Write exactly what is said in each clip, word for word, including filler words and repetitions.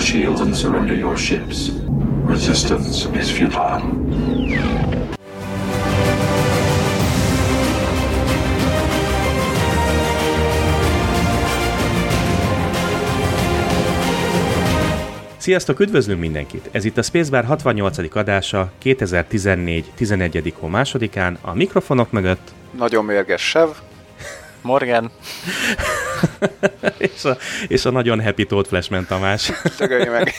shields and surrender your ships. Resistance is futile. Sziasztok, üdvözlünk mindenkit! Ez itt a Spacebar hatvannyolcadik adása kétezer-tizennégy tizenegyedik hó másodikán, a mikrofonok mögött nagyon mérges Sev, Morgan és, a, és a nagyon happy Tóth Flashman Tamás. Tögölj meg!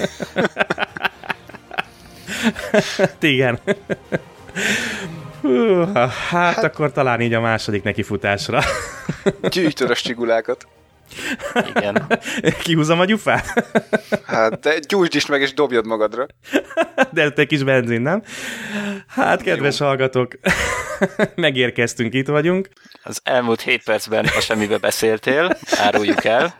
Igen. Hú, hát, hát akkor talán így a második nekifutásra. Gyűjtöd a stigulákat. Igen. Kihúzom a gyufát? Hát, de gyújtsd is meg, és dobjad magadra. De egy kis benzin, nem? Hát, kedves Jó. hallgatók, megérkeztünk, itt vagyunk. Az elmúlt hét percben a semmibe beszéltél, áruljuk el.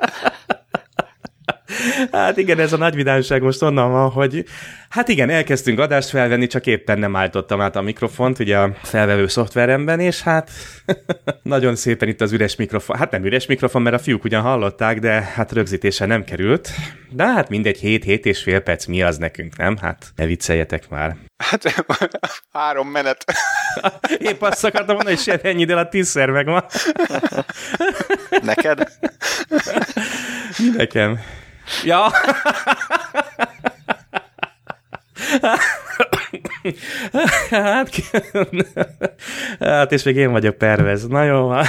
Hát igen, ez a nagy vidánság most onnan van, hogy hát igen, elkezdtünk adást felvenni, csak éppen nem állítottam át a mikrofont, ugye a felvevő szoftveremben, és hát nagyon szépen itt az üres mikrofon, hát nem üres mikrofon, mert a fiúk ugyan hallották, de hát rögzítése nem került. De hát mindegy, hét-hét és fél perc mi az nekünk, nem? Hát ne vicceljetek már. Hát három menet. Épp azt akartam mondani, hogy se ennyi, de a tízszer megvan. Neked? Mi nekem? Ja. hát, hát, és még én vagyok pervez. Na jó van.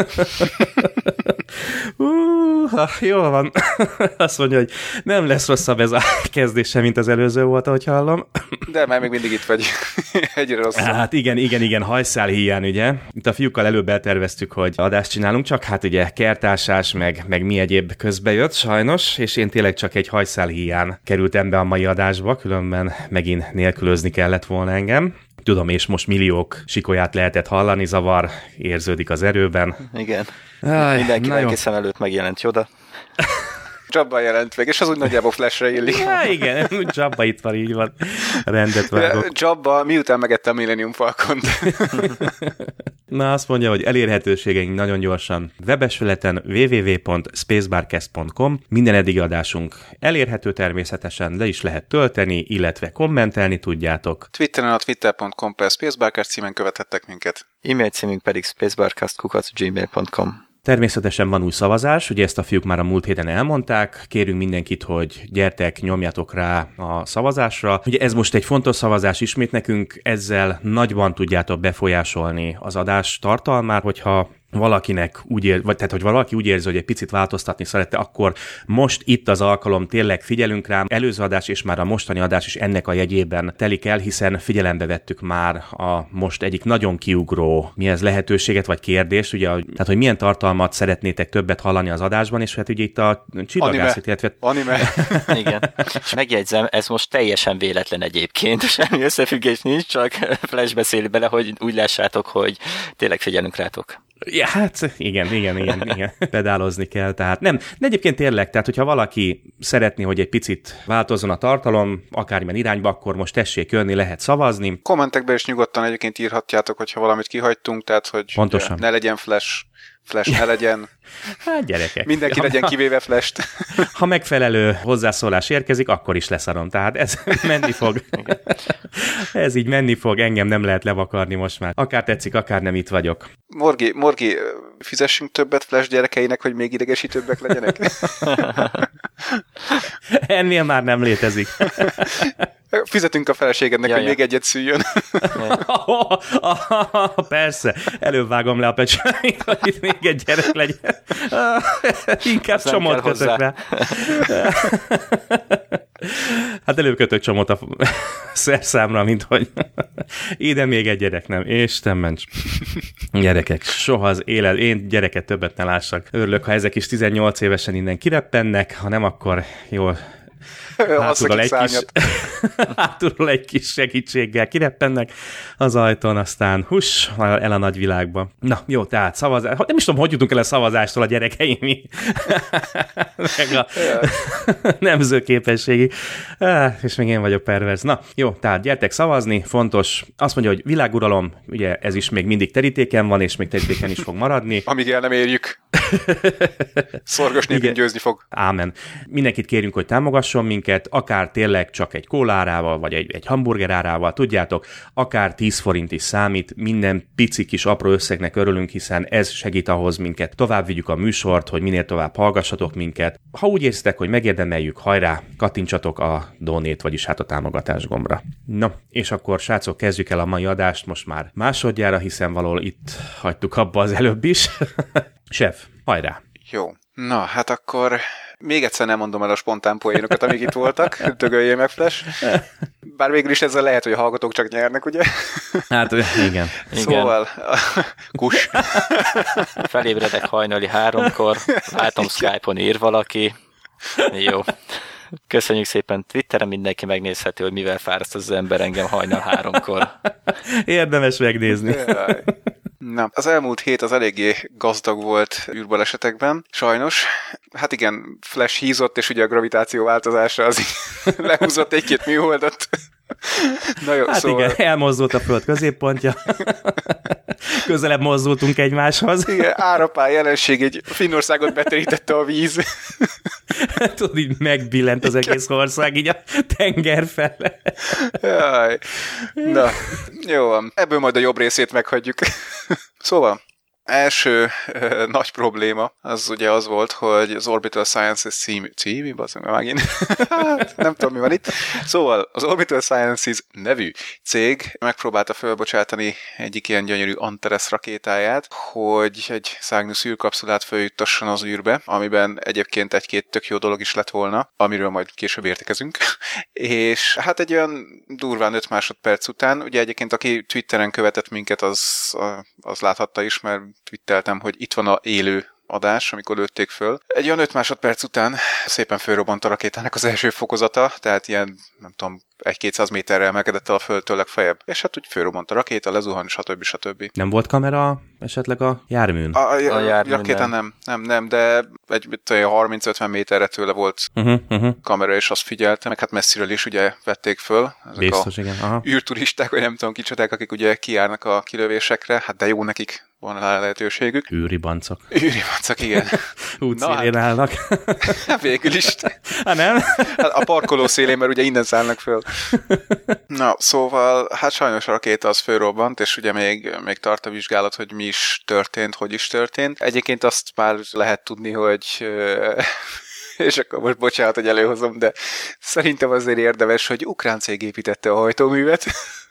Uh, jól van. Azt mondja, hogy nem lesz rosszabb ez a kezdése, mint az előző volt, ahogy hallom. De már még mindig itt vagy. Egyre rosszabb. Hát igen, igen, igen, hajszál híján, ugye. Itt a fiúkkal előbb elterveztük, hogy adást csinálunk, csak hát ugye kertásás, meg, meg mi egyéb közbe jött, sajnos, és én tényleg csak egy hajszál híján kerültem be a mai adásba, különben megint nélkülözni kellett volna engem. Tudom, és most milliók sikolyát lehetett hallani, zavar érződik az erőben. Igen. Aj, mindenki mindenki szem előtt megjelent Yoda. Jabba jelent meg, és az úgy nagyjából Flashre illik. Ja, igen, Jabba itt van, így van. Rendet vágok. Jabba miután megette a Millennium Falcont. Na, azt mondja, hogy elérhetőségeink nagyon gyorsan. Webesületen double-u double-u double-u pont spacebarcast pont com. Minden eddigi adásunk elérhető természetesen, le is lehet tölteni, illetve kommentelni tudjátok. Twitteren a twitter pont com per spacebarcast címen követhettek minket. E-mail címünk pedig spacebarcast kukac gmail pont com. Természetesen van új szavazás, ugye ezt a fiúk már a múlt héten elmondták, kérünk mindenkit, hogy gyertek, nyomjatok rá a szavazásra. Ugye ez most egy fontos szavazás ismét nekünk, ezzel nagyban tudjátok befolyásolni az adás tartalmát, hogyha valakinek úgy ér, vagy tehát, hogy valaki úgy érzi, hogy egy picit változtatni szerette, akkor most itt az alkalom, tényleg figyelünk rá. Előző adás és már a mostani adás is ennek a jegyében telik el, hiszen figyelembe vettük már a most egyik nagyon kiugró, mi ez lehetőséget vagy kérdést, ugye, tehát, hogy milyen tartalmat szeretnétek többet hallani az adásban, és hát ugye itt a csillagászat, illetve... Anime. Igen. És megjegyzem, ez most teljesen véletlen egyébként, semmi összefüggés nincs, csak Flash beszél bele, hogy úgy lássátok, hogy tényleg figyelünk rátok. Ja, hát igen, igen, igen, igen. Pedálozni kell, tehát nem. De egyébként tényleg, tehát hogyha valaki szeretné, hogy egy picit változzon a tartalom, akármilyen irányba, akkor most tessék jönni, lehet szavazni. Kommentekben is nyugodtan egyébként írhatjátok, hogyha valamit kihagytunk, tehát hogy pontosan. Ne legyen Flash, Flash ne legyen. Hát gyerekek. Mindenki ha, legyen kivéve Flash-t. Ha megfelelő hozzászólás érkezik, akkor is leszarom. Tehát ez menni fog. Ez így menni fog, engem nem lehet levakarni most már. Akár tetszik, akár nem, itt vagyok. Morgi, Morgi, fizessünk többet Flash gyerekeinek, hogy még idegesítőbbek legyenek? Ennél már nem létezik. Fizetünk a feleségednek, ja, hogy ja. még egyet szüljön. Persze, előbb vágom le a pecsányt, hogy itt még egy gyerek legyen. Inkább azt csomót kötök rá. Hát előbb kötök csomót a szerszámra, mint hogy ide még egy gyerek, nem. Isten ments. Gyerekek, soha az élet, én gyereket többet ne lássak. Örülök, ha ezek is tizennyolc évesen innen kireppennek, ha nem, akkor jól hátul egy kis, hátulról egy kis segítséggel kireppennek az ajtón, aztán hús, el a nagy világba. Na, jó, tehát szavazás. Nem is tudom, hogy jutunk el a szavazástól a gyerekeim. Meg a nemzőképességi. És még én vagyok perverz. Na, jó, tehát gyertek szavazni, fontos. Azt mondja, hogy világuralom, ugye ez is még mindig terítéken van, és még terítéken is fog maradni. Amíg el nem érjük. Szorgos népünk győzni fog. Ámen. Mindenkit kérünk, hogy támogasson minket, akár tényleg csak egy kólárával, vagy egy, egy hamburgerárával, tudjátok, akár tíz forint is számít, minden pici kis apró összegnek örülünk, hiszen ez segít ahhoz minket. Tovább vigyük a műsort, hogy minél tovább hallgassatok minket. Ha úgy érzitek, hogy megérdemeljük, hajrá, kattintsatok a donate, vagyis hát a támogatás gombra. Na, és akkor srácok, kezdjük el a mai adást most már másodjára, hiszen valahol itt hagytuk abba az előbb is. Chef, hajrá! Jó. Na, hát akkor még egyszer nem mondom el a spontán poénokat, amik itt voltak. Dögöljél meg, Flash. Bár végül is ezzel lehet, hogy a hallgatók csak nyernek, ugye? Hát igen. Szóval, kus. Felébredek hajnali háromkor, látom Skype-on ír valaki. Jó. Köszönjük szépen. Twitteren mindenki megnézheti, hogy mivel fáraszt az ember engem hajnal háromkor. Érdemes megnézni. Jaj. Na, az elmúlt hét az eléggé gazdag volt űrbalesetekben, sajnos. Hát igen, Flash hízott, és ugye a gravitáció változása az lehúzott egy-két műholdat. Na jó, hát szóval... igen, elmozdult a föld középpontja. Közelebb mozdultunk egymáshoz. Igen, árapály jelenség, egy Finnországot beterítette a víz. Tudod, így megbillent az egész ország, így a tenger fele. Jaj. Na, jó van. Ebből majd a jobb részét meghagyjuk. Szóval, első ö, nagy probléma az ugye az volt, hogy az Orbital Sciences című, című, bazdmeg megint, hát, nem tudom mi van itt. Szóval az Orbital Sciences nevű cég megpróbálta fölbocsátani egyik ilyen gyönyörű Antares rakétáját, hogy egy Cygnus űrkapszulát följuttasson az űrbe, amiben egyébként egy-két tök jó dolog is lett volna, amiről majd később értekezünk. És hát egy olyan durván öt másodperc után, ugye egyébként aki Twitteren követett minket, az, az láthatta is, mert twitteltem, hogy itt van a élő adás, amikor lőtték föl. Egy olyan öt másodperc után szépen fölrobbant a rakétának az első fokozata, tehát ilyen, nem tudom, egy-kétszáz méterre emelkedett el a földtől legfeljebb. És hát úgy fölrobbant a rakéta, lezuhan, stb. stb. Nem volt kamera esetleg a járműn? A, a, a, a járműn rakéta nem. nem, nem, de egy harminc-ötven méterre tőle volt uh-huh, uh-huh. kamera, és azt figyelte, meg hát messziről is ugye vették föl. Ezek biztos, a igen. Aha. űrturisták, vagy nem tudom kicsodák, akik ugye kijárnak a kilövésekre, hát de jó nekik van rá lehetőségük. Űri bancok. Űri bancok, igen. Útszélén hát, állnak. Végül is. Hát nem? Hát a parkoló szélén, mert ugye innen szállnak föl. Na, szóval, hát sajnos a rakéta az fölrobbant, és ugye még, még tart a vizsgálat, hogy mi is történt, hogy is történt. Egyébként azt már lehet tudni, hogy... és akkor most bocsánat, hogy előhozom, de szerintem azért érdemes, hogy ukrán cég építette a hajtóművet.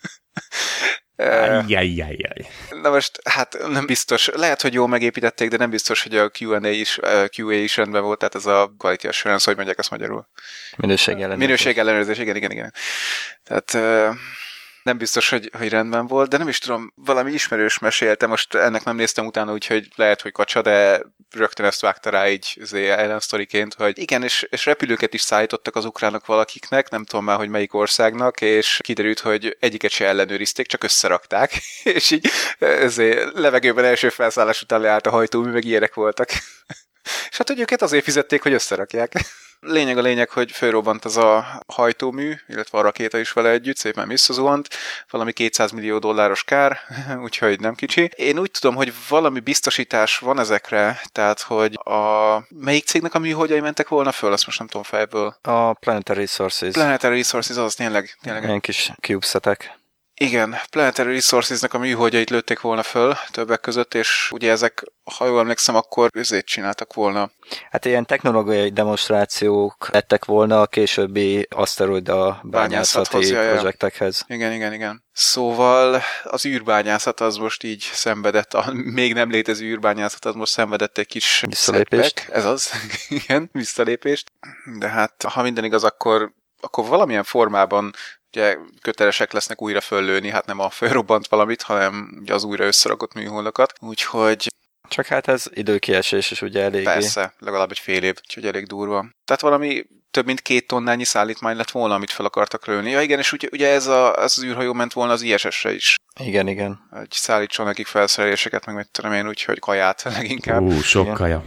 Ajjajjajjaj. Na most, hát nem biztos, lehet, hogy jól megépítették, de nem biztos, hogy a Q and A is, Q A is rendben volt, tehát ez a quality assurance, hogy mondják ezt magyarul. Minőség ellenőrzés. Minőség ellenőrzés, igen, igen, igen. Tehát nem biztos, hogy, hogy rendben volt, de nem is tudom, valami ismerős mesélte, most ennek nem néztem utána, úgyhogy lehet, hogy kacsa, de rögtön ezt vágta rá így ellensztoriként, hogy igen, és, és repülőket is szállítottak az ukránok valakiknek, nem tudom már, hogy melyik országnak, és kiderült, hogy egyiket se ellenőrizték, csak összerakták, és így ezért levegőben első felszállás után leállt a hajtómű, meg ilyenek voltak. És hát, hogy őket azért fizették, hogy összerakják. Lényeg a lényeg, hogy fölrobbant az a hajtómű, illetve a rakéta is vele együtt, szépen visszazuhant, valami kétszáz millió dolláros kár, úgyhogy nem kicsi. Én úgy tudom, hogy valami biztosítás van ezekre, tehát, hogy a melyik cégnek a műholdjai mentek volna föl, azt most nem tudom fejből. A Planetary Resources. Planetary Resources, az tényleg. tényleg. Ilyen kis CubeSatek. Igen, Planetary Resources-nek a műholdjait lőtték volna föl többek között, és ugye ezek, ha jól emlékszem, akkor ezért csináltak volna. Hát ilyen technológiai demonstrációk lettek volna a későbbi aszteroida bányászati projektekhez. Igen, igen, igen. Szóval az űrbányászat az most így szenvedett, a még nem létező űrbányászat az most szenvedett egy kis visszalépést. Setback. Ez az, igen, visszalépést. De hát, ha minden igaz, akkor, akkor valamilyen formában ugye kötelesek lesznek újra föllőni, hát nem a fölrobbant valamit, hanem ugye az újra összerakott műholdakat. Úgyhogy... Csak hát ez időkiesés is ugye eléggé. Persze, legalább egy fél év, úgyhogy elég durva. Tehát valami több mint két tonnányi szállítmány lett volna, amit fel akartak lőni. Ja igen, és ugye, ugye ez a, az űrhajó ment volna az I S S-re is. Igen, igen. Hogy szállítson nekik felszereléseket, meg mit tudom én, úgyhogy kaját leginkább. Ú, sok igen. kaja.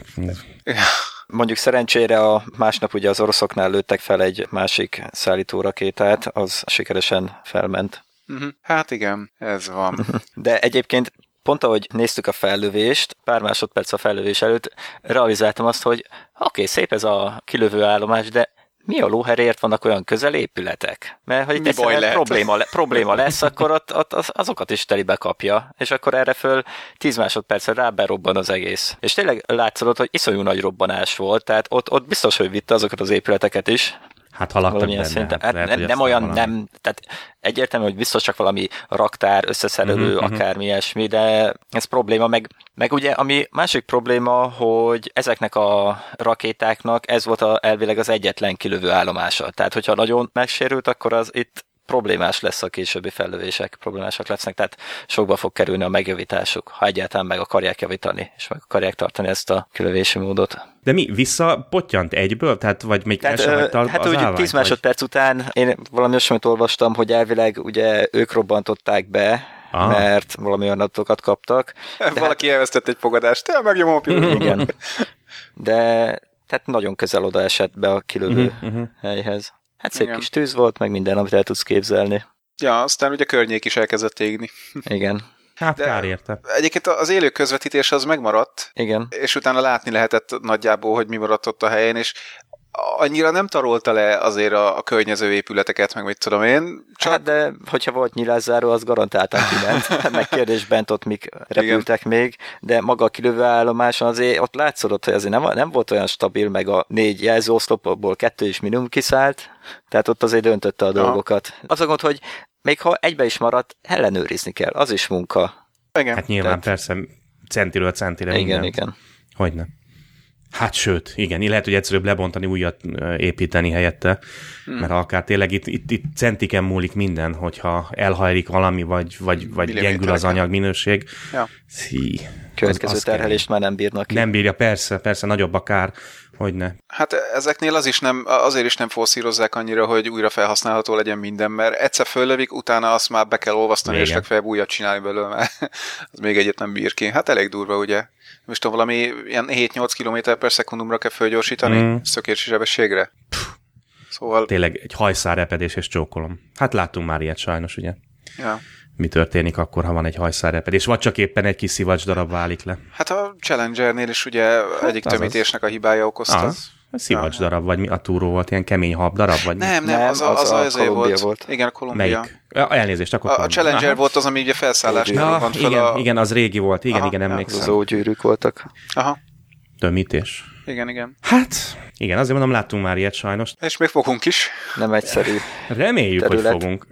Mondjuk szerencsére a másnap ugye az oroszoknál lőttek fel egy másik szállítórakétát, az sikeresen felment. Uh-huh. Hát igen, ez van. De egyébként pont ahogy néztük a fellövést, pár másodperc a fellövés előtt, realizáltam azt, hogy oké, okay, szép ez a kilövő állomás, de mi a lóherért vannak olyan közel épületek? Mert hogy itt probléma, le, probléma lesz, akkor ott, ott az, azokat is telibe kapja, és akkor erre föl tíz másodpercre ráberobban az egész. És tényleg látszott, hogy iszonyú nagy robbanás volt, tehát ott, ott biztos, hogy vitte azokat az épületeket is. Hát haladtak benne. Hát lehet, nem, nem olyan, valami. nem, tehát egyértelmű, hogy biztos csak valami raktár, összeszerelő, uh-huh, akármi ilyesmi, de ez probléma, meg, meg ugye ami másik probléma, hogy ezeknek a rakétáknak ez volt a, elvileg az egyetlen kilövő állomása. Tehát, hogyha nagyon megsérült, akkor az itt problémás lesz a későbbi fellövések, problémásak lesznek, tehát sokba fog kerülni a megjavításuk, ha egyáltalán meg akarják javítani, és meg akarják tartani ezt a kilövési módot. De mi, visszapottyant egyből? Tehát, vagy még tehát, el sem Hát úgy állvány, tíz másodperc vagy? Után én valami olyasmit olvastam, hogy elvileg ugye ők robbantották be, ah. mert valami olyan adatokat kaptak. Valaki hát, elvesztett egy fogadást, te megnyomom a pillanat. Igen. De tehát nagyon közel oda esett be a kilövő uh-huh. helyhez. Hát szép igen. kis tűz volt, meg minden, amit el tudsz képzelni. Ja, aztán ugye a környék is elkezdett égni. Igen. Hát de kár érte. Egyébként az élő közvetítés az megmaradt. Igen. És utána látni lehetett nagyjából, hogy mi maradt ott a helyén, és annyira nem tarolta le azért a, a környező épületeket, meg mit tudom én. Csak... Hát de, hogyha volt nyilászáró, az garantáltan kiment. Meg kérdés bent ott mik repültek igen. még, de maga a kilövő állomáson azért ott látszódott, hogy azért nem, nem volt olyan stabil, meg a négy jelzőoszlopból kettő is minimum kiszállt, tehát ott azért döntötte a Aha. dolgokat. Az a gond, hogy még ha egybe is maradt, ellenőrizni kell, az is munka. Igen. Hát nyilván tehát... persze centiről centire igen, minden. Igen, Hogyne. Hát sőt, igen, lehet, hogy egyszerűbb lebontani, újat építeni helyette, hmm. mert akár tényleg itt, itt, itt centiken múlik minden, hogyha elhajlik valami, vagy, vagy, vagy gyengül az anyag minőség. Ja. Szí, Következő az, terhelést kell. Már nem bírnak ki. Nem bírja, persze, persze, nagyobb a kár, hogyne. Hát ezeknél az is nem, azért is nem forszírozzák annyira, hogy újra felhasználható legyen minden, mert egyszer föllövik, utána azt már be kell olvasztani, igen. és legfeljebb újat csinálni belőle, mert az még egyet nem bír ki. Hát elég durva, ugye? Most tudom, valami ilyen hét-nyolc kilométer per szekundumra kell fölgyorsítani mm. szökési sebességre. Szóval... Tényleg egy hajszálrepedés és csókolom. Hát láttunk már ilyet sajnos, ugye? Ja. Mi történik akkor, ha van egy hajszálrepedés, vagy csak éppen egy kis szivacs darab válik le. Hát a Challengernél is ugye hát egyik tömítésnek a hibája okozta. Az. A szivacs ja. darab, vagy mi a túró volt, ilyen kemény hab darab, vagy nem, nem, nem, az, az, az, az, az volt. volt. Igen, a Kolumbia. Melyik? Elnézést, akkor a, a Challenger aha. volt az, ami ugye felszállásnál ja, robbant fel igen, a... igen, az régi volt, igen, aha, igen, emlékszem. Az ógyűrűk voltak. Aha. Tömítés. Igen, igen. Hát, igen, azért mondom, láttunk már ilyet sajnos. És még fogunk is. Nem egyszerű. Reméljük, terület. Hogy fogunk.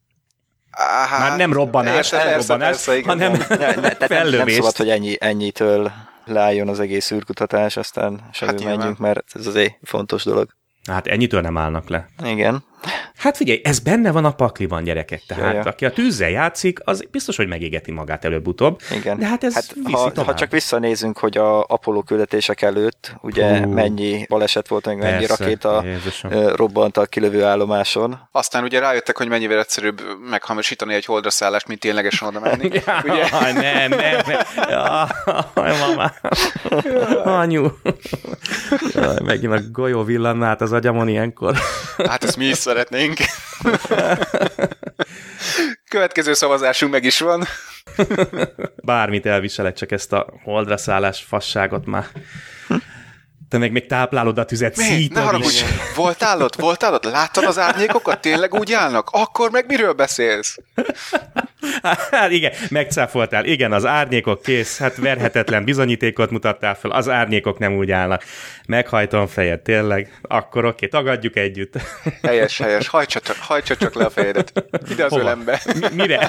Aha, már nem robbanás, persze, nem robbanás, persze, hanem ne, ne, fellövést. Nem szabad, hogy ennyi, ennyitől leálljon az egész űrkutatás, aztán semmi hát menjünk, mert ez azért fontos dolog. Hát ennyitől nem állnak le. Igen. Hát figyelj, ez benne van a pakliban, gyerekek. Tehát ja, ja. aki a tűzzel játszik, az biztos, hogy megégeti magát előbb-utóbb. Igen. De hát ez hát viszi ha, tovább. ha csak visszanézünk, hogy a Apollo küldetések előtt, ugye Hú. mennyi baleset volt, meg mennyi Persze, rakéta Jézusom. robbant a kilövő állomáson. Aztán ugye rájöttek, hogy mennyivel egyszerűbb meghamisítani egy holdra szállást, mint ténylegesen oda menni. ja, ugye? Nem, nem, nem. Jaj, mamá. Anyu. Jaj, megint a golyó villanna át az agyamon ilyenkor. Hát ezt mi is szeretnénk. Következő szavazásunk meg is van. Bármit elviselek, csak ezt a holdra szállás fasságot már. Te meg még táplálod a tüzet, Mi? szítod ne haragudj. is. Voltál ott? Voltál ott? Láttad az árnyékokat? Tényleg úgy állnak? Akkor meg miről beszélsz? Hát igen, megcáfoltál. Igen, az árnyékok kész. Hát verhetetlen bizonyítékot mutattál fel. Az árnyékok nem úgy állnak. Meghajtom fejed, tényleg. Akkor oké, tagadjuk együtt. Helyes, helyes. Hajtsa csak, hajtsa csak le a fejedet. Ide az ölembe. Mi, mire?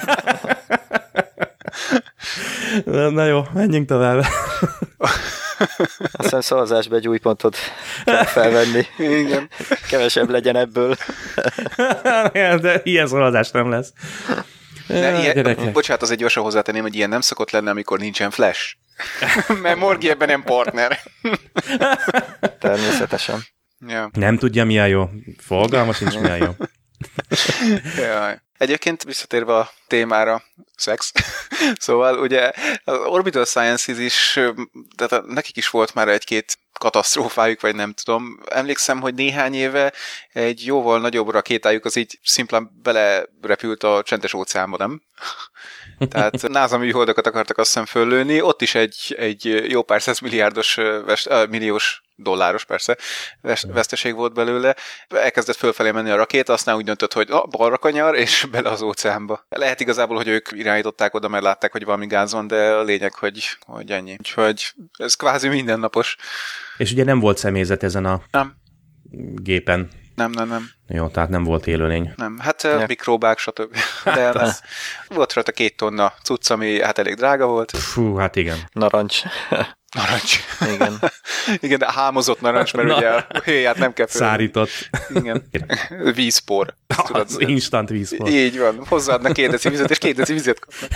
Na jó, menjünk tovább. Azt hiszem szavazásba egy új pontot kell felvenni. Igen. Kevesebb legyen ebből. De ilyen szavazás nem lesz. Ne, ilyen, bocsánat, az egy gyorsan hozzátenném, hogy ilyen nem szokott lenni, amikor nincsen flash. Mert Morgi ebben nem partner. Természetesen. Ja. Nem tudja, mi a jó. Fogalma sincs, mi a jó. Jaj. Egyébként visszatérve a témára, szex, szóval ugye az Orbital Sciences is, tehát nekik is volt már egy-két katasztrófájuk, vagy nem tudom. Emlékszem, hogy néhány éve egy jóval nagyobb rakétájuk az így szimplán belerepült a csendes óceánba, nem? Tehát NASA műholdakat akartak azt hiszem föllőni, ott is egy, egy jó pár száz milliárdos, vest, uh, milliós dolláros persze, veszteség volt belőle. Elkezdett fölfelé menni a rakéta, aztán úgy döntött, hogy ah, balra kanyar, és bele az óceánba. Lehet igazából, hogy ők irányították oda, mert látták, hogy valami gáz van, de a lényeg, hogy, hogy ennyi. Úgyhogy ez kvázi mindennapos. És ugye nem volt személyzet ezen a nem. gépen. Nem, nem, nem. Jó, tehát nem volt élőlény. Nem, hát ja. Mikróbák, stb. De az, volt rajta két tonna cucc, ami hát elég drága volt. Fú, hát igen. Narancs. Narancs. Igen. Igen, de hámozott narancs, mert Na. ugye a héját nem kell föl. Szárított. Igen. Vízpor. Az instant vízpor. Így van. Hozzáadnak két deci vizet, és két deci vizet kapnak.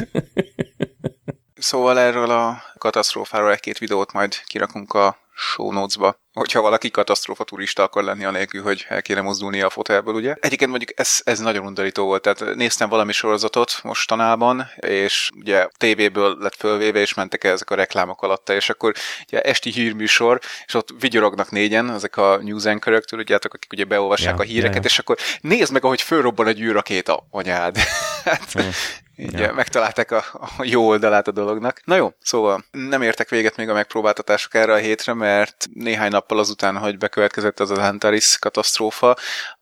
Szóval erről a katasztrófáról egy-két videót majd kirakunk a show notes-ba, hogyha valaki katasztrófa turista akar lenni anélkül, hogy el kéne mozdulnia a fotelből, ugye. Egyébként mondjuk ez, ez nagyon undorító volt, tehát néztem valami sorozatot mostanában, és ugye tévéből lett fölvéve, és mentek ezek a reklámok alatta, és akkor ugye esti hírműsor, és ott vigyorognak négyen, ezek a news anchorök, tudjátok, akik ugye beolvassák ja, a híreket, ja, ja. és akkor nézd meg, ahogy fölrobban egy űrrakéta, anyád. Hát, ja. Így ja. megtalálták a, a jó oldalát a dolognak. Na jó, szóval nem értek véget még a megpróbáltatások erre a hétre, mert néhány nappal azután, hogy bekövetkezett az az Antares katasztrófa,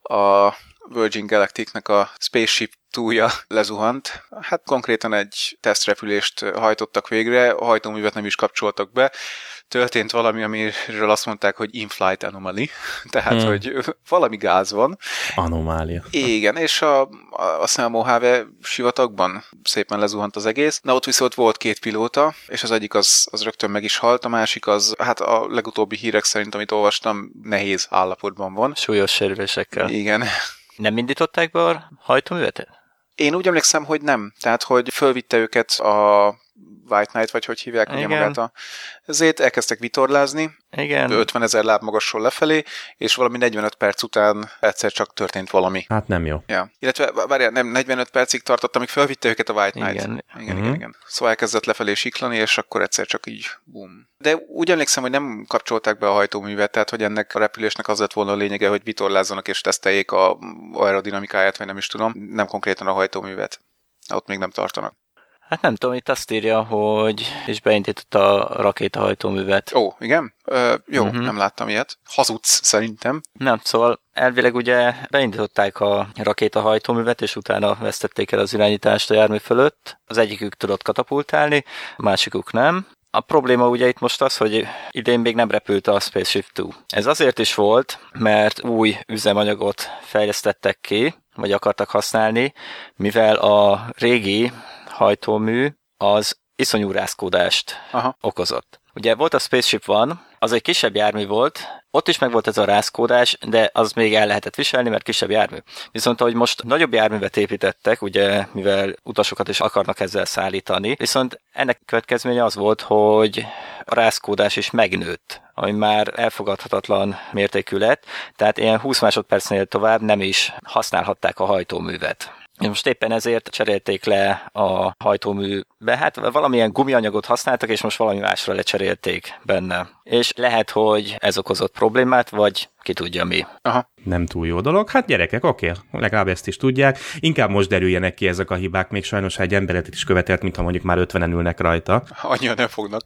a Virgin Galacticnek a Spaceship Two-ja lezuhant. Hát konkrétan egy tesztrepülést hajtottak végre, a hajtóművet nem is kapcsoltak be. Történt valami, amiről azt mondták, hogy in-flight anomaly, tehát, hmm. hogy valami gáz van. Anomália. Igen, és a, a, azt hiszem a Mojave sivatagban szépen lezuhant az egész. Na ott viszont volt két pilóta, és az egyik az, az rögtön meg is halt, a másik az, hát a legutóbbi hírek szerint, amit olvastam, nehéz állapotban van. Súlyos sérülésekkel. Igen. Nem indították be a hajtóművet? Én úgy emlékszem, hogy nem. Tehát, hogy fölvitte őket a White Knight, vagy hogy hívják ugye magát a... Ezért elkezdtek vitorlázni, igen. ötvenezer láb magasról lefelé, és valami negyvenöt perc után egyszer csak történt valami. Hát nem jó. Ja. Illetve, várjál, nem, negyvenöt percig tartott, amíg fölvitte őket a White Knight. Igen. Igen, mm-hmm. igen, igen. Szóval elkezdett lefelé siklani, és akkor egyszer csak így bum. De úgy emlékszem, hogy nem kapcsolták be a hajtóművet, tehát, hogy ennek a repülésnek az lett volna a lényege, hogy vitorlázzanak és teszteljék a aerodinamikáját, vagy nem is tudom, nem konkrétan a hajtóművet. Ott még nem tartanak. Hát nem tudom, itt azt írja, hogy és beindította a rakétahajtóművet. Ó, igen? Ö, jó, uh-huh. nem láttam ilyet. Hazudsz, szerintem. Nem, szóval elvileg ugye beindították a rakétahajtóművet, és utána vesztették el az irányítást a jármű fölött. Az egyikük tudott katapultálni, a másikuk nem. A probléma ugye itt most az, hogy idén még nem repült a Spaceship Two. Ez azért is volt, mert új üzemanyagot fejlesztettek ki, vagy akartak használni, mivel a régi hajtómű az iszonyú rázkódást Aha. okozott. Ugye volt a Spaceship One, az egy kisebb jármű volt, ott is meg volt ez a rázkódás, de az még el lehetett viselni, mert kisebb jármű. Viszont ahogy most nagyobb járművet építettek, ugye mivel utasokat is akarnak ezzel szállítani, viszont ennek következménye az volt, hogy a rázkódás is megnőtt, ami már elfogadhatatlan mértékű lett, tehát ilyen húsz másodpercnél tovább nem is használhatták a hajtóművet. Most éppen ezért cserélték le a hajtóműbe, hát valamilyen gumianyagot használtak, és most valami másra lecserélték benne. És lehet, hogy ez okozott problémát, vagy ki tudja mi. Aha. Nem túl jó dolog. Hát gyerekek, oké, legalább ezt is tudják. Inkább most derüljenek ki ezek a hibák, még sajnos egy emberet is követelt, mintha mondjuk már ötvenen ülnek rajta. Annyian nem fognak.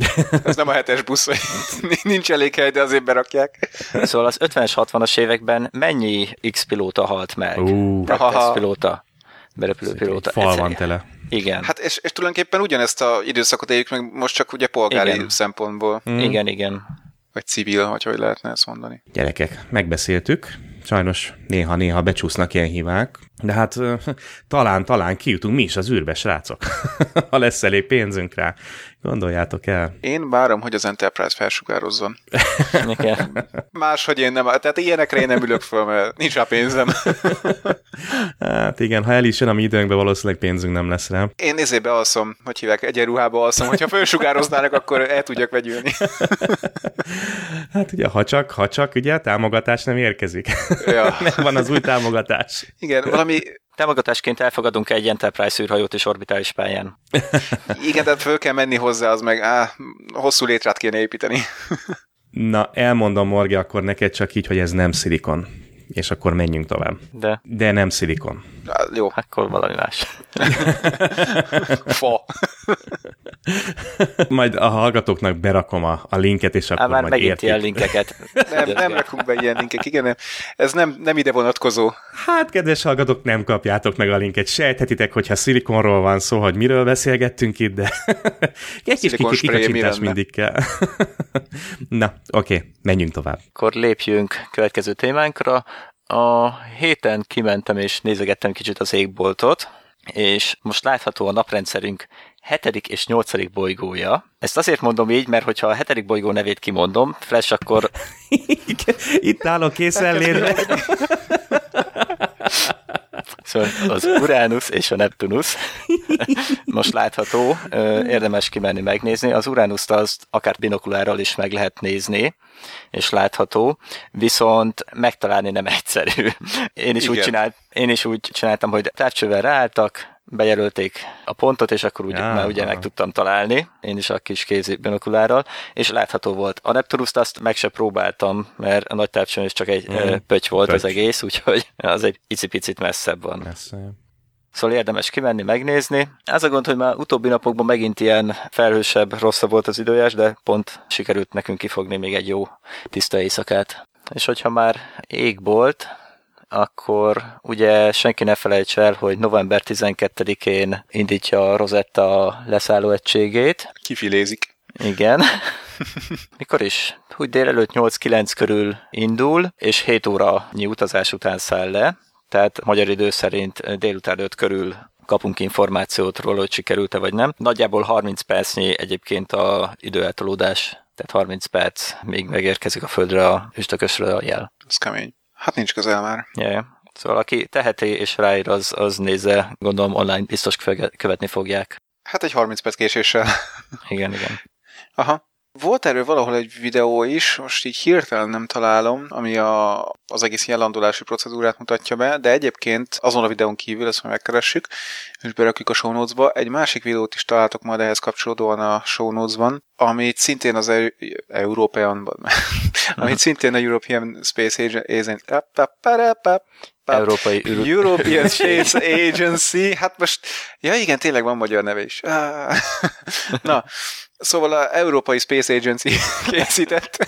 Ez nem a hetes busz, hogy nincs elég hely, de azért berakják. Szóval az ötvenes, hatvanas években mennyi X-pilóta halt meg? Uh. Tesztpilóta, berepülő pilóta. Fal van tele. Igen. Hát és, és tulajdonképpen ugyanezt az időszakot éljük meg most csak ugye polgári igen. szempontból. Mm. Igen, igen. Vagy civil, hogy hogy lehetne ezt mondani. Gyerekek, megbeszéltük. Sajnos néha-néha becsúsznak ilyen hibák. De hát talán, talán kijutunk mi is az űrbe, srácok. Ha lesz elég pénzünk rá. Gondoljátok el. Én várom, hogy az Enterprise felsugározzon. Máshogy én nem, tehát ilyenekre én nem ülök föl, mert nincs rá pénzem. Hát igen, ha el is jön a mi időnkben, valószínűleg pénzünk nem lesz rá. Én nézé bealszom, hogy hívják, egyenruhába alszom, hogyha felsugároznának, akkor el tudjak vegyülni. Hát ugye, ha csak, ha csak, ugye, támogatás nem érkezik. Ja. Nem van az új támogatás. Igen, valami... Támogatásként elfogadunk egy Enterprise űrhajót és orbitális pályán. Igen, tehát föl kell menni hozzá, az meg á, hosszú létrát kéne építeni. Na, elmondom, Morgi, akkor neked csak így, hogy ez nem szilikon. És akkor menjünk tovább. De? De nem szilikon. Á, jó. Akkor valami más. Fa. Majd a hallgatóknak berakom a, a linket, és akkor Á, már majd megint értik. ilyen linkeket. Nem, nem rakunk be ilyen linkek, igen, ez nem, nem ide vonatkozó. Hát, kedves hallgatók, nem kapjátok meg a linket. Sejthetitek, hogyha szilikonról van szó, hogy miről beszélgettünk itt, de egy kis kikacsintás mindig kell. Na, oké, okay, menjünk tovább. Akkor lépjünk következő témánkra. A héten kimentem és nézegettem kicsit az égboltot, és most látható a naprendszerünk hetedik és nyolcadik bolygója. Ezt azért mondom így, mert hogyha a hetedik bolygó nevét kimondom, Flash, akkor... Itt állok készenlétben. Szóval az Uranus és a Neptunus most látható, érdemes kimenni megnézni. Az Uranust azt akár binokulárral is meg lehet nézni, és látható, viszont megtalálni nem egyszerű. Én is, úgy, csinált, én is úgy csináltam, hogy távcsővel ráálltak, bejelölték a pontot, és akkor úgy, már ugye meg tudtam találni, én is a kis kézi binokulárral, és látható volt. A Neptunust azt meg se próbáltam, mert a nagy távcsőn is csak egy mm. pötty volt pötty. Az egész, úgyhogy az egy icipicit messzebb van. Messze. Szóval érdemes kimenni, megnézni. Az a gond, hogy már utóbbi napokban megint ilyen felhősebb, rosszabb volt az időjárás, de pont sikerült nekünk kifogni még egy jó tiszta éjszakát. És hogyha már égbolt, akkor ugye senki ne felejts el, hogy november tizenkettedikén indítja a Rosetta a leszálló egységét. Kifilézik. Igen. Mikor is? Úgy délelőtt nyolc-kilenc körül indul, és hét órányi utazás után száll le. Tehát magyar idő szerint délután öt körül kapunk információt róla, hogy sikerült-e vagy nem. Nagyjából harminc percnyi egyébként a időeltolódás, tehát harminc perc, még megérkezik a földre a üstökösről a jel. Ez kemény. Hát nincs közel már. Yeah. Szóval aki teheti és ráír, az, az nézze, gondolom online biztos követni fogják. Hát egy harminc perc késéssel. Igen, igen. Aha. Volt erről valahol egy videó is, most így hirtelen nem találom, ami a, az egész jellandulási procedúrát mutatja be, de egyébként azon a videón kívül, ezt majd megkeressük, és berakjuk a show notes-ba, egy másik videót is találtok majd ehhez kapcsolódóan a show notes-ban, amit szintén az e- European, amit szintén a European Space Agency, Európai űr... European Space Agency, hát most, ja igen, tényleg van magyar neve is. Na, szóval az Európai Space Agency készített.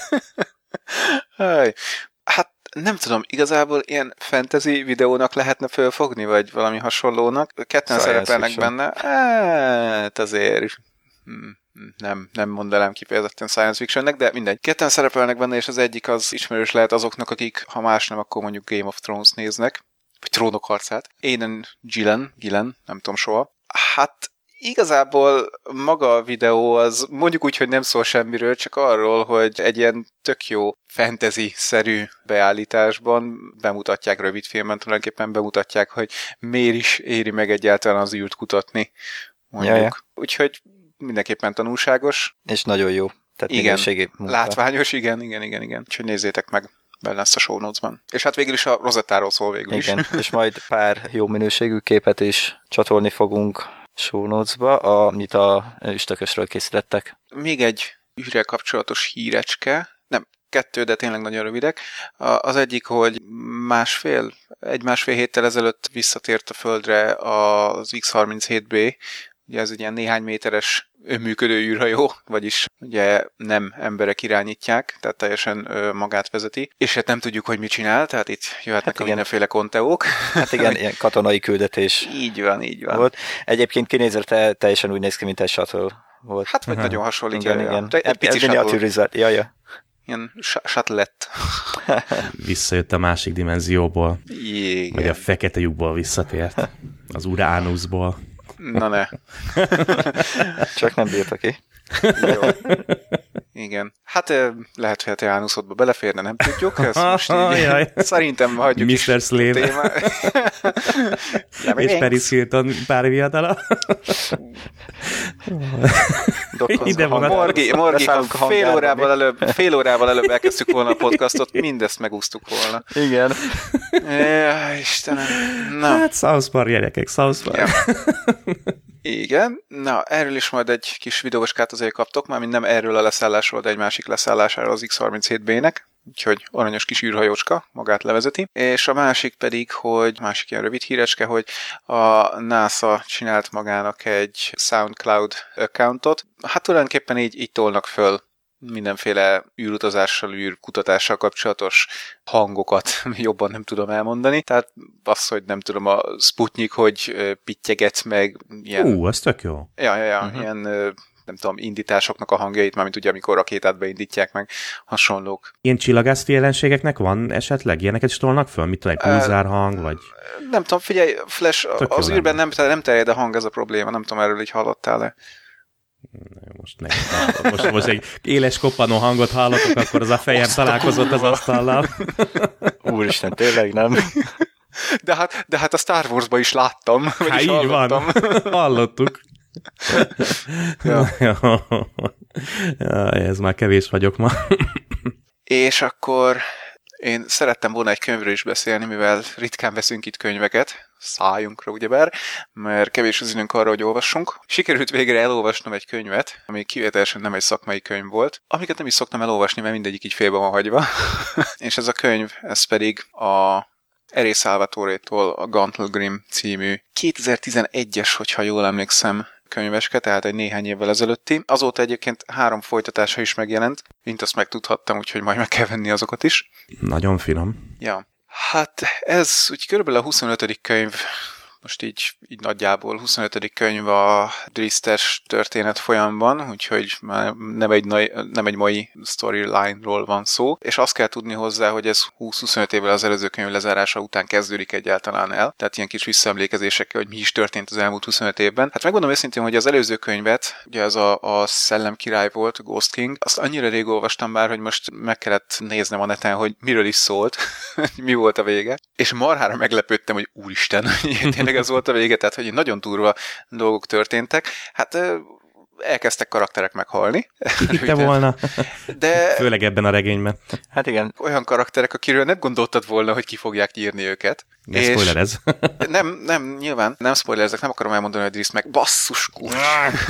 Hát nem tudom, igazából ilyen fantasy videónak lehetne fölfogni, vagy valami hasonlónak. Ketten Science szerepelnek fiction. Benne. Hát azért nem, nem mondanám kifejezetten science fictionnek, de mindegy. Ketten szerepelnek benne, és az egyik az ismerős lehet azoknak, akik, ha más nem, akkor mondjuk Game of Thrones néznek, vagy Trónok harcát. Aidan Gillen, Gillen, nem tudom soha. Hát igazából maga a videó az mondjuk úgy, hogy nem szól semmiről, csak arról, hogy egy ilyen tök jó fantasy-szerű beállításban bemutatják rövidfilmen, tulajdonképpen bemutatják, hogy miért is éri meg egyáltalán az űrt kutatni, mondjuk. Jaja. Úgyhogy mindenképpen tanulságos. És nagyon jó. Tehát igen, látványos, igen, igen, igen, igen. Úgyhogy nézzétek meg, benne lesz a show notes-ban. És hát végül is a Rosettáról szól végül igen. is. És majd pár jó minőségű képet is csatolni fogunk show notes-ba, amit a üstökösről készítettek. Még egy űrrel kapcsolatos hírecske, nem, kettő, de tényleg nagyon rövidek. Az egyik, hogy másfél, egy-másfél héttel ezelőtt visszatért a Földre az X harminchét bé, ugye ez egy ilyen néhány méteres önműködő űrhajó, vagyis ugye nem emberek irányítják, tehát teljesen ö, magát vezeti, és hát nem tudjuk, hogy mit csinál, tehát itt jöhetnek hát a mindenféle konteók. Hát igen, ilyen katonai küldetés. Így van, így van. Volt. Egyébként kinézre teljesen úgy néz ki, mint egy shuttle volt. Hát vagy uh-huh. nagyon hasonlít. Igen, igen. igen. Egy pici shuttle. Ja, ja. Ilyen shuttle lett. Visszajött a másik dimenzióból. Jé. Igen. Vagy a fekete lyukból visszatért. Az Uránuszból. Na ne. Csak nem bírta ki. Jó. Igen. Hát lehet, hogy a te ánuszodba beleférne, nem tudjuk. Ezt most így szerintem hagyjuk miszter Slave. És Paris Hilton pár viadala. Ide van a... Morgi, Morgi fél, órával előbb, fél órával előbb elkezdtük volna a podcastot, mindezt megúsztuk volna. Igen. Ja, Istenem. Na. Hát South Park, gyerekek, South Park. Ja. Igen, na erről is majd egy kis videóskát azért kaptok, mármint nem erről a leszállásról, de egy másik leszállásáról az X harminchét bé-nek, úgyhogy aranyos kis űrhajócska magát levezeti, és a másik pedig, hogy másik ilyen rövid hírecske, hogy a NASA csinált magának egy SoundCloud accountot, hát tulajdonképpen így, így tolnak föl mindenféle űrutazással, űrkutatással kapcsolatos hangokat jobban nem tudom elmondani. Tehát az, hogy nem tudom, a Sputnik, hogy pittyeget meg ilyen... Ú, az tök jó. Ja, ja, ja, uh-huh. ilyen nem tudom, indításoknak a hangjait, mármint ugye, amikor rakétát beindítják meg, hasonlók. Ilyen csillagászati jelenségeknek van esetleg? Ilyeneket is tolnak föl? Mit tudom, egy pulzárhang, vagy... Nem tudom, figyelj, Flash, tök az űrben nem, nem terjed a hang, ez a probléma, nem tudom, erről így hallottál-e. Most, ne, most, most egy éles koppanó hangot hallotok, akkor az a fejem találkozott az asztallal. Úristen, tényleg nem? De hát, de hát a Star Wars-ban is láttam. Hát így hallottam. Van, hallottuk. Ja. Ja, ez már kevés vagyok ma. És akkor én szerettem volna egy könyvről is beszélni, mivel ritkán veszünk itt könyveket, szállunkra ugyebár, mert kevés az időnk arra, hogy olvassunk. Sikerült végre elolvasnom egy könyvet, ami kivételesen nem egy szakmai könyv volt, amiket nem is szoktam elolvasni, mert mindegyik így félbe van hagyva. És ez a könyv, ez pedig a Eré Salvatore-tól a Gontal Grimm című kétezer-tizenegyes, hogyha jól emlékszem, könyveske, tehát egy néhány évvel ezelőtti. Azóta egyébként három folytatása is megjelent, mint azt megtudhattam, úgyhogy majd meg kell venni azokat is. Nagyon finom. Ja. Hát ez úgy körülbelül a huszonötödik könyv, most így, így nagyjából huszonötödik könyv a Dristes történet folyamban, úgyhogy már nem egy, nem egy mai storyline-ról van szó, és azt kell tudni hozzá, hogy ez húsz-huszonöt évvel az előző könyv lezárása után kezdődik egyáltalán el, tehát ilyen kis visszaemlékezésekkel, hogy mi is történt az elmúlt huszonöt évben. Hát megmondom őszintén, hogy az előző könyvet, ugye ez a, a Szellem király volt, Ghost King, azt annyira rég olvastam már, hogy most meg kellett néznem a neten, hogy miről is szólt, mi volt a vége, és marhára meglepődtem, hogy úristen, tényleg ez volt a vége, tehát hogy nagyon durva dolgok történtek. Hát elkezdtek karakterek meghalni. Hitte volna. De főleg ebben a regényben. Hát igen. Olyan karakterek, akiről nem gondoltad volna, hogy ki fogják írni őket. De spoiler ez. nem, nem, nyilván nem spoilerezek, nem akarom elmondani, hogy Driss meg basszus kurz.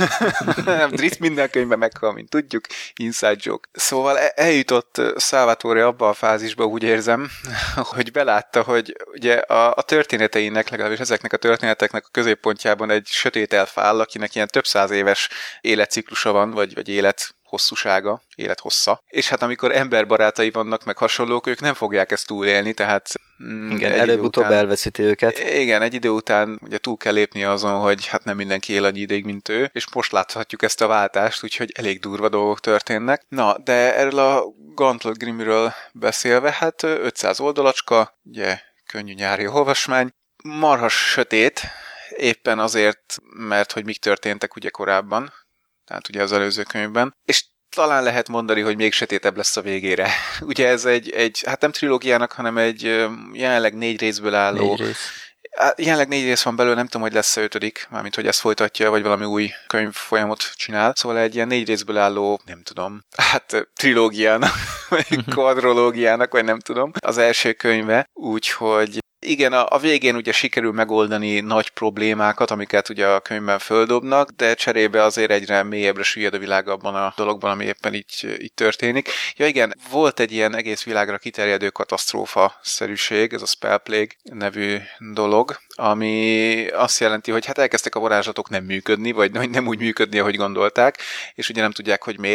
Nem, Driss minden könyvben meghal, mint tudjuk, inside joke. Szóval eljutott Salvatore abba a fázisba, úgy érzem, hogy belátta, hogy ugye a, a történeteinek, legalábbis ezeknek a történeteknek a középpontjában egy sötét elf áll, akinek ilyen több száz éves életciklusa van, vagy, vagy élet hosszúsága, élethossza. És hát amikor emberbarátai vannak, meg hasonlók, ők nem fogják ezt túlélni, tehát mm, igen, előbb-utóbb után, elveszíti őket. Igen, egy idő után ugye túl kell lépni azon, hogy hát nem mindenki él annyi ideig, mint ő, és most láthatjuk ezt a váltást, úgyhogy elég durva dolgok történnek. Na, de erről a Gontal Grimmről beszélve, hát ötszáz oldalacska, ugye könnyű nyári olvasmány, marhas sötét, éppen azért, mert hogy mik történtek ugye korábban, tehát ugye az előző könyvben, és talán lehet mondani, hogy még sötétebb lesz a végére. Ugye ez egy, egy hát nem trilógiának, hanem egy jelenleg négy részből álló... Négy rész. Jelenleg négy rész van belőle, nem tudom, hogy lesz-e ötödik, mármint, hogy ezt folytatja, vagy valami új könyv folyamot csinál. Szóval egy ilyen négy részből álló, nem tudom, hát trilógiának, vagy kvadrológiának, vagy nem tudom, az első könyve, úgyhogy igen, a, a végén ugye sikerül megoldani nagy problémákat, amiket ugye a könyvben földobnak, de cserébe azért egyre mélyebbre süllyed a világ abban a dologban, ami éppen így, így történik. Ja igen, volt egy ilyen egész világra kiterjedő katasztrófa-szerűség, ez a Spell Plague nevű dolog, ami azt jelenti, hogy hát elkezdtek a varázslatok nem működni, vagy nem úgy működni, ahogy gondolták, és ugye nem tudják, hogy miért.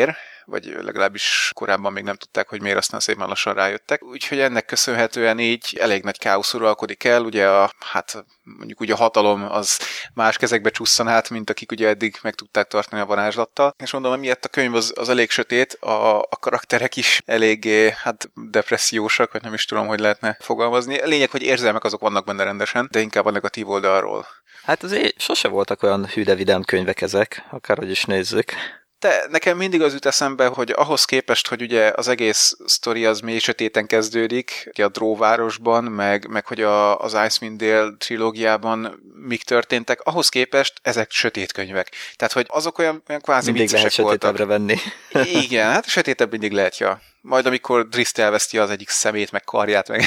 vagy legalábbis korábban még nem tudták, hogy miért, aztán szépen lassan rájöttek. Úgyhogy ennek köszönhetően így elég nagy káosz uralkodik el, ugye a, hát mondjuk ugye a hatalom az más kezekbe csusszan át, mint akik ugye eddig meg tudták tartani a varázslattal. És mondom, emiatt a könyv az, az elég sötét, a, a karakterek is eléggé hát depressziósak, vagy nem is tudom, hogy lehetne fogalmazni. A lényeg, hogy érzelmek azok vannak benne rendesen, de inkább a negatív oldalról. Hát azért sose voltak olyan hű de vidám könyvek ezek, akárhogy is nézzük. De nekem mindig az jut eszembe, hogy ahhoz képest, hogy ugye az egész sztori az mély sötéten kezdődik, a Dróvárosban, meg, meg hogy a, az Icewind Dale trilógiában mik történtek, ahhoz képest ezek sötét könyvek. Tehát, hogy azok olyan, olyan kvázi mindig viccesek voltak. Mindig lehet sötétebbre venni. Igen, hát sötétebb mindig lehet, ja. Majd amikor Drizzt elveszti az egyik szemét, meg karját, meg...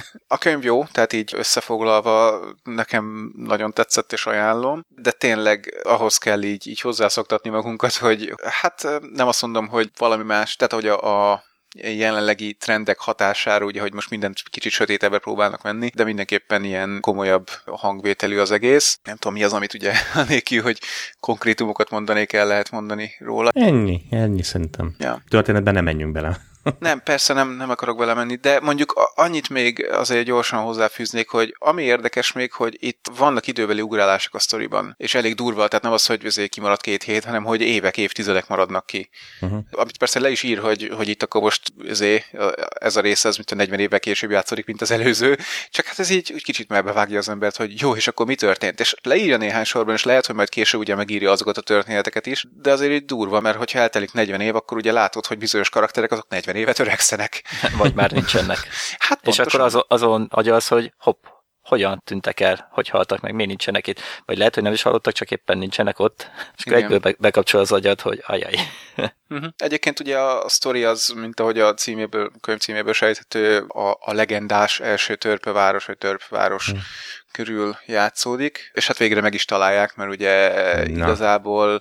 A könyv jó, tehát így összefoglalva nekem nagyon tetszett és ajánlom, de tényleg ahhoz kell így, így hozzászoktatni magunkat, hogy hát nem azt mondom, hogy valami más, tehát hogy a, a jelenlegi trendek hatására, ugye, hogy most mindent kicsit sötétebbre próbálnak venni, de mindenképpen ilyen komolyabb hangvételű az egész. Nem tudom, mi az, amit ugye anélkül, hogy konkrétumokat mondanék, el lehet mondani róla. Ennyi, ennyi szerintem. Ja. Történetben nem menjünk bele. Nem, persze nem, nem akarok vele menni, de mondjuk annyit még azért gyorsan hozzáfűznék, hogy ami érdekes még, hogy itt vannak időbeli ugrálások a sztoriban, és elég durva, tehát nem az, hogy azért kimarad két hét, hanem hogy évek, évtizedek maradnak ki. Uh-huh. Amit persze le is ír, hogy, hogy itt akkor most azért ez a rész, ez mint a negyven évvel később játszódik, mint az előző, csak hát ez így úgy kicsit már bevágja az embert, hogy jó, és akkor mi történt? És leírja néhány sorban, és lehet, hogy majd később ugye megírja azokat a történeteket is, de azért így durva, mert hogyha eltelik negyven év, akkor ugye látod, hogy bizonyos karakterek azok negyven évet öregszenek. Vagy már nincsenek. Hát és akkor azon, azon agyalsz, hogy hopp, hogyan tűntek el, hogy haltak meg, miért nincsenek itt. Vagy lehet, hogy nem is hallottak, csak éppen nincsenek ott. És akkor egyből be, bekapcsol az agyad, hogy ajaj. Uh-huh. Egyébként ugye a sztori az, mint ahogy a címéből, könyv címéből sejthető, a, a legendás első törpeváros, vagy törpváros uh. körül játszódik, és hát végre meg is találják, mert ugye Na. igazából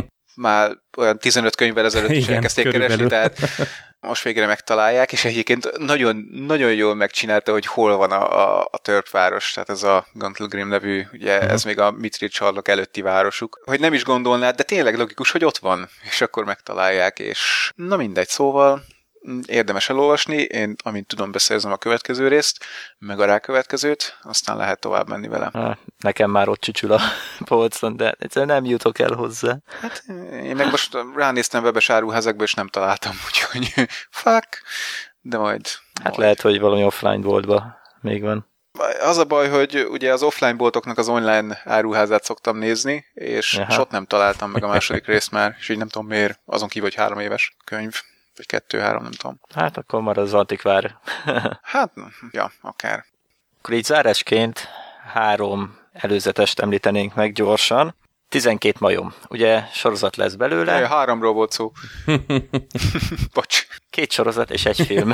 már olyan tizenöt könyvvel ezelőtt is elkezdték keresni, tehát most végre megtalálják, és egyébként nagyon, nagyon jól megcsinálta, hogy hol van a, a, a törpváros, tehát ez a Gauntlegrim nevű, ugye mm. ez még a Mithril csarnok előtti városuk. Hogy nem is gondolnád, de tényleg logikus, hogy ott van, és akkor megtalálják, és na mindegy, szóval érdemes elolvasni, én amint tudom beszerzem a következő részt, meg a rákövetkezőt, aztán lehet tovább menni vele. Ha, nekem már ott csücsül a polcon, de egyszerűen nem jutok el hozzá. Hát én meg most ránéztem webes áruházakba, és nem találtam, úgyhogy fuck, de majd... Hát majd. lehet, hogy valami offline boltban még van. Az a baj, hogy ugye az offline boltoknak az online áruházát szoktam nézni, és, és ott nem találtam meg a második részt már, és így nem tudom miért, azon kívül, hogy három éves könyv. Vagy kettő-három, nem tudom. Hát akkor már az antikvár. Hát, ja, akár. Akkor így zárásként három előzetest említenénk meg gyorsan. tizenkét majom. Ugye sorozat lesz belőle. Jaj, háromról volt szó. Bocs. Két sorozat és egy film.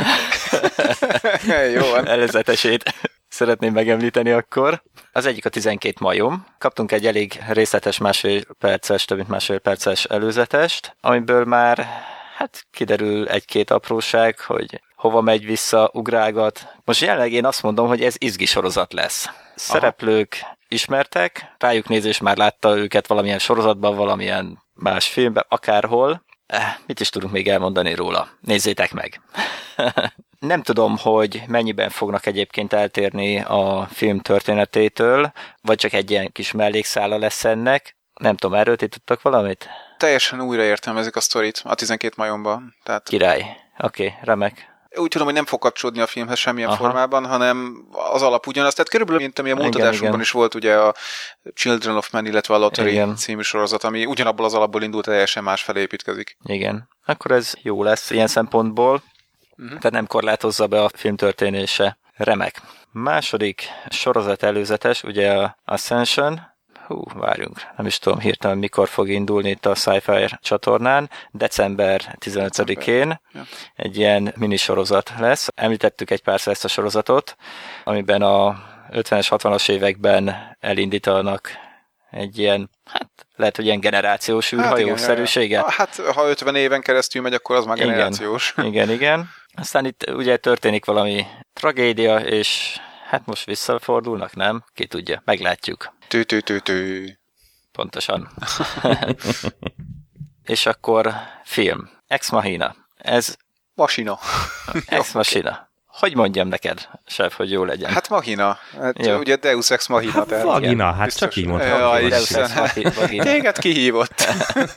Jó van. Előzetesét szeretném megemlíteni akkor. Az egyik a tizenkét majom. Kaptunk egy elég részletes másfél perces, több mint másfél perces előzetest, amiből már hát kiderül egy-két apróság, hogy hova megy vissza, ugrálgat. Most jelenleg én azt mondom, hogy ez izgi sorozat lesz. Szereplők Aha. ismertek, rájuk nézés már látta őket valamilyen sorozatban, valamilyen más filmben, akárhol. Eh, mit is tudunk még elmondani róla? Nézzétek meg! Nem tudom, hogy mennyiben fognak egyébként eltérni a film történetétől, vagy csak egy ilyen kis mellékszála lesz ennek. Nem tudom, erről ti tudtak valamit? Teljesen újraértelmezik a sztorit a tizenkét majomban. Tehát... Király. Oké, okay, remek. Úgy tudom, hogy nem fog kapcsolódni a filmhez semmilyen Aha. formában, hanem az alap ugyanaz. Tehát körülbelül, mint ami a múltadásunkban is volt ugye a Children of Men, illetve a Lottery igen. című sorozat, ami ugyanabból az alapból indult, teljesen másfelé építkezik. Igen. Akkor ez jó lesz ilyen szempontból, uh-huh. tehát nem korlátozza be a film történése. Remek. Második sorozat előzetes, ugye a Ascension. Hú, várjunk, nem is tudom hirtelen mikor fog indulni itt a Sci-Fi csatornán. december tizenötödikén ja. egy ilyen minisorozat lesz. Említettük egy párszor ezt a sorozatot, amiben a ötvenes, hatvanas években elindítanak egy ilyen, hát lehet, hogy ilyen generációs űrhajószerűséget. Hát, hát ha ötven éven keresztül megy, akkor az már igen, generációs. Igen, igen. Aztán itt ugye történik valami tragédia, és hát most visszafordulnak, nem? Ki tudja, meglátjuk. Tű, tű, tű, tű. Pontosan. És akkor film. Ex Machina. Ez... Masina. Ex Machina. Hogy mondjam neked, Sef, hogy jó legyen? Hát Machina. Hát jó. Ugye Deus Ex Machina. Hát tehát vagina, hát biztos. csak így mondtam. Jaj, Deus Ex Machina. Téged kihívott.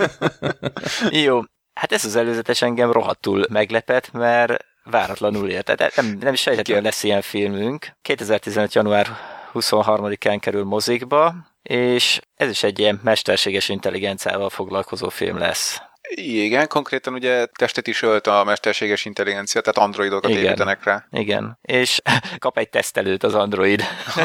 Jó. Hát ez az előzetes engem rohadtul meglepett, mert váratlanul ért. Tehát nem, nem is sejtetlenül lesz ilyen filmünk. kétezer-tizenöt. január huszonharmadikán kerül mozikba, és ez is egy ilyen mesterséges intelligenciával foglalkozó film lesz. Igen, konkrétan ugye testet is ölt a mesterséges intelligencia, tehát androidokat Igen. építenek rá. Igen, és kap egy tesztelőt az android.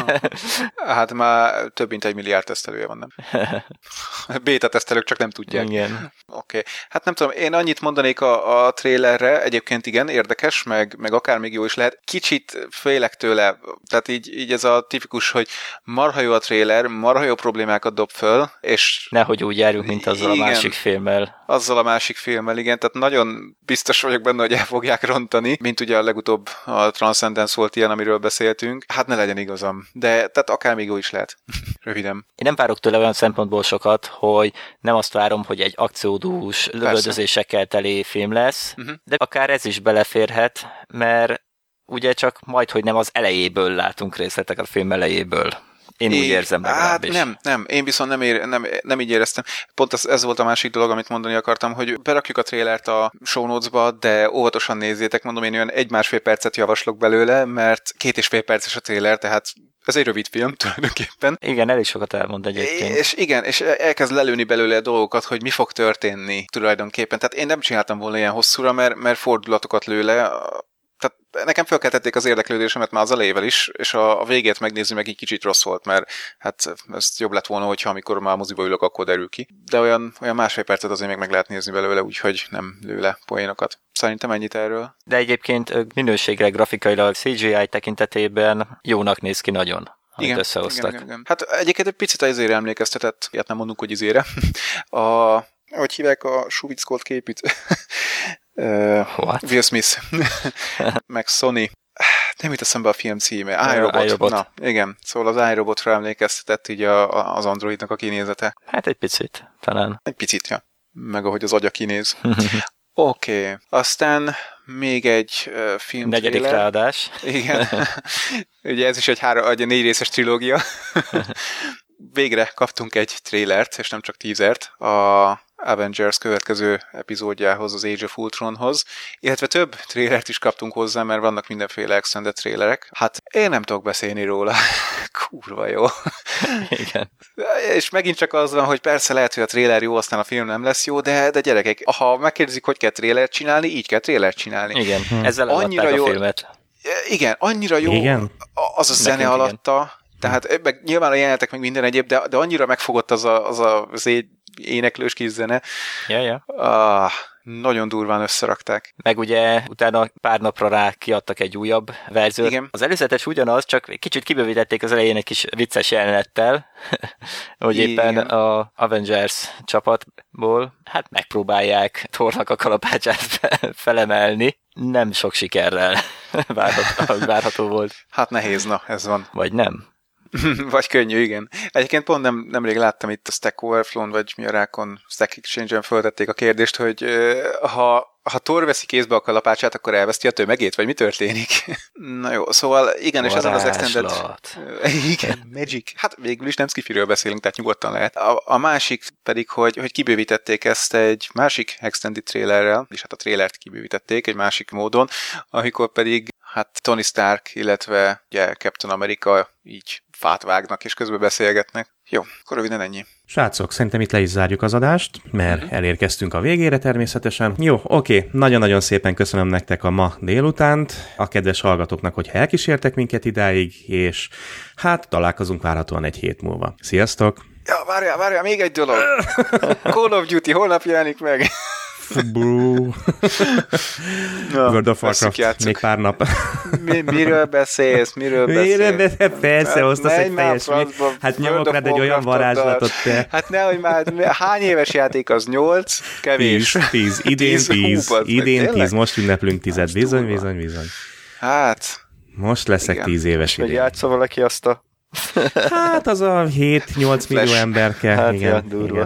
Hát már több mint egy milliárd tesztelője van, nem? Béta tesztelők csak nem tudják. Igen. Oké. Okay. Hát nem tudom, én annyit mondanék a, a trailerre, egyébként igen, érdekes, meg, meg akár még jó is lehet. Kicsit félek tőle, tehát így, így ez a tipikus, hogy marha jó a trailer, marha jó problémákat dob föl, és... Nehogy úgy járjunk, mint azzal igen. a másik filmmel. Azzal a másik filmmel, igen, tehát nagyon biztos vagyok benne, hogy el fogják rontani, mint ugye a legutóbb a Transcendence volt ilyen, amiről beszéltünk. Hát ne legyen igazam, de tehát akár még jó is lehet. Röviden. Én nem várok tőle olyan szempontból sokat, hogy nem azt várom, hogy egy akciódús, lövöldözésekkel teli film lesz, uh-huh. de akár ez is beleférhet, mert ugye csak majd, hogy nem az elejéből látunk részletek a film elejéből. Én úgy érzem legalábbis. Hát nem, nem, én viszont nem, ér, nem, nem így éreztem. Pont ez, ez volt a másik dolog, amit mondani akartam, hogy berakjuk a trailert a show notes-ba, de óvatosan nézzétek, mondom, én olyan egy-másfél percet javaslok belőle, mert két és fél perces a trailer, tehát ez egy rövid film tulajdonképpen. Igen, elég sokat elmond egyébként. És igen, és elkezd lelőni belőle dolgokat, hogy mi fog történni tulajdonképpen. Tehát én nem csináltam volna ilyen hosszúra, mert, mert fordulatokat lő le. Tehát nekem felkeltették az érdeklődésemet már az elejével is, és a, a végét megnézni meg egy kicsit rossz volt, mert hát ez jobb lett volna, hogyha amikor már moziba ülök, akkor derül ki. De olyan, olyan másfél percet azért még meg lehet nézni belőle, úgyhogy nem lő le poénokat. Szerintem ennyit erről. De egyébként minőségre, grafikailag, cé gé í tekintetében jónak néz ki nagyon, amit igen, összehoztak. Igen, igen, igen. Hát egyébként egy picit az izére emlékeztetett, ilyet nem mondunk, hogy izére. A, hogy hívják a Suvic-Colt képűt? Uh, Will Smith, meg Sony. Nem jut eszembe a film címe. iRobot. iRobot. Na, igen. Szóval az iRobotra emlékeztetett így a, a, az androidnak a kinézete. Hát egy picit, talán. Egy picit, ja. Meg ahogy az agya kinéz. Oké. Okay. Aztán még egy uh, film negyedik trailer. Ráadás. Igen. Ugye ez is egy, három, egy négy részes trilógia. Végre kaptunk egy trailert, és nem csak teasert, a Avengers következő epizódjához, az Age of Ultronhoz, illetve több trailert is kaptunk hozzá, mert vannak mindenféle extended trailerek. Hát én nem tudok beszélni róla. Kurva jó. Igen. És megint csak az van, hogy persze lehet, hogy a trailer jó, aztán a film nem lesz jó, de, de gyerekek, ha megkérdezik, hogy kell trailert csinálni, így kell trailert csinálni. Igen, hm. ezzel annyira jó a filmet. Igen, annyira jó igen? az a zene Nekünk alatta, igen. Tehát meg, nyilván a jelenetek meg minden egyéb, de, de annyira megfogott az a, az, a, az éneklős kis zene. Ja, ja. Ah, nagyon durván összerakták. Meg ugye utána pár napra rá kiadtak egy újabb verziót. Igen. Az előzetes ugyanaz, csak kicsit kibővítették az elején egy kis vicces jelenettel, hogy igen. éppen a Avengers csapatból hát megpróbálják Thornak a kalapácsát felemelni. Nem sok sikerrel várható, várható volt. Hát nehéz, na, ez van. Vagy nem. Vagy könnyű, igen. Egyébként pont nem, nemrég láttam itt a Stack Overflow-n, vagy mi a rákon, Stack Exchange-en föltették a kérdést, hogy ha, ha Thor veszi kézbe a kalapácsát, akkor elveszti a tömegét, vagy mi történik? Na jó, szóval igen, és ezen az extended... Igen, Magic. Hát végül is nem skifiről beszélünk, tehát nyugodtan lehet. A, a másik pedig, hogy, hogy kibővítették ezt egy másik extended trailerrel, és hát a trailert kibővítették egy másik módon, amikor pedig hát Tony Stark, illetve ugye Captain America így fát vágnak, és közben beszélgetnek. Jó, akkor röviden ennyi. Srácok, szerintem itt le is zárjuk az adást, mert uh-huh. elérkeztünk a végére természetesen. Jó, oké, nagyon-nagyon szépen köszönöm nektek a ma délutánt, a kedves hallgatóknak, hogy elkísértek minket idáig, és hát találkozunk várhatóan egy hét múlva. Sziasztok! Ja, várjál, várjál, még egy dolog! Call of Duty holnap jelenik meg! Bro. Na, World of Warcraft, még pár nap. Mi, miről beszélsz? Miről beszélsz? Miről beszélsz? Persze, hát, osztasz egy fejes. Hát nyomok rád egy olyan varázslatot, te. Hát nehogy már, hány éves játék az? Nyolc? Kevés. Tíz, tíz. Idén tíz. tíz. Idén tíz. Most ünneplünk tized. Bizony, bizony, bizony. Hát. Most leszek igen. tíz éves idén. Hogy játszol valaki azt a... Hát az a hét-nyolc millió emberke. Hát igen, ja, durva. Igen.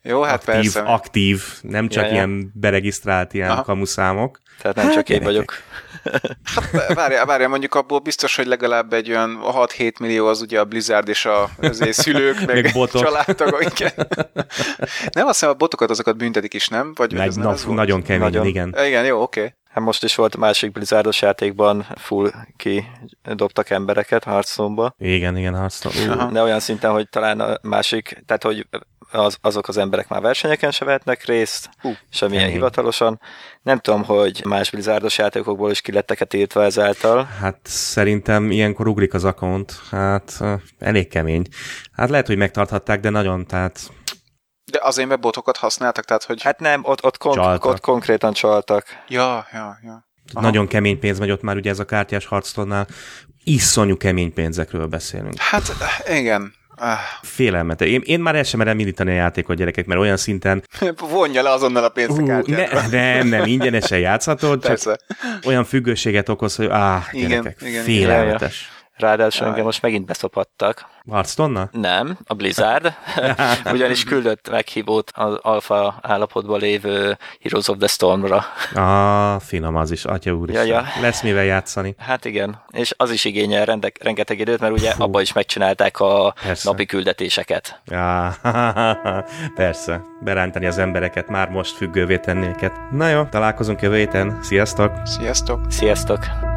Jó, hát aktív, persze. aktív, nem csak ja, ja. ilyen beregisztrált ilyen Aha. kamuszámok. Tehát nem csak én vagyok. Hát várjál, várjál, mondjuk abból biztos, hogy legalább egy olyan hat-hét millió az ugye a Blizzard és a azért szülők, meg, Meg botok. családtagok. Igen. Nem, azt hiszem a botokat azokat büntetik is, nem? Vagy Nagy, ez nem na, ez volt? nagyon kemény, Nagyon. igen. Igen, jó, oké. Okay. Hát most is volt a másik Blizzardos játékban, full kidobtak embereket Hearthstone-ba. Igen, igen, Hearthstone. Aha. De olyan szinten, hogy talán a másik, tehát hogy az, azok az emberek már versenyeken se vehetnek részt, Hú, semmilyen kemény. hivatalosan. Nem tudom, hogy más Blizzardos játékokból is ki lettek-e tiltva ezáltal. Hát szerintem ilyenkor ugrik az account, hát uh, elég kemény. Hát lehet, hogy megtarthatták, de nagyon, tehát De azért, mert botokat használtak, tehát hogy... Hát nem, ott, ott, kon- Csaltak. ott konkrétan csaltak. Ja, ja, ja. Aha. nagyon kemény pénz megy ott már ugye ez a kártyás Hearthstone-nál. Iszonyú kemény pénzekről beszélünk. Hát igen. Ah. Félelmete. Én, én már el sem merem indítani a játékot, gyerekek, mert olyan szinten... Vonja le azonnal a pénzt a Ú, kártyára. ne, nem, nem, ingyenesen játszhatod, csak Persze. olyan függőséget okoz, hogy áh, Igen, gyerekek, igen, félelmetes. Ráadásul Jaj. engem most megint beszopattak. Hearthstone-nal? Nem, a Blizzard, ugyanis küldött meghívót az alfa állapotban lévő Heroes of the Storm-ra. Ah, finom az is, atya úr Ja, ja. Lesz mivel játszani. Hát igen, és az is igényel rende- rengeteg időt, mert ugye abban is megcsinálták a Persze. napi küldetéseket. Ja, persze, berántani az embereket, már most függővé tenni őket. Na jó, találkozunk jövő héten, sziasztok! Sziasztok! Sziasztok!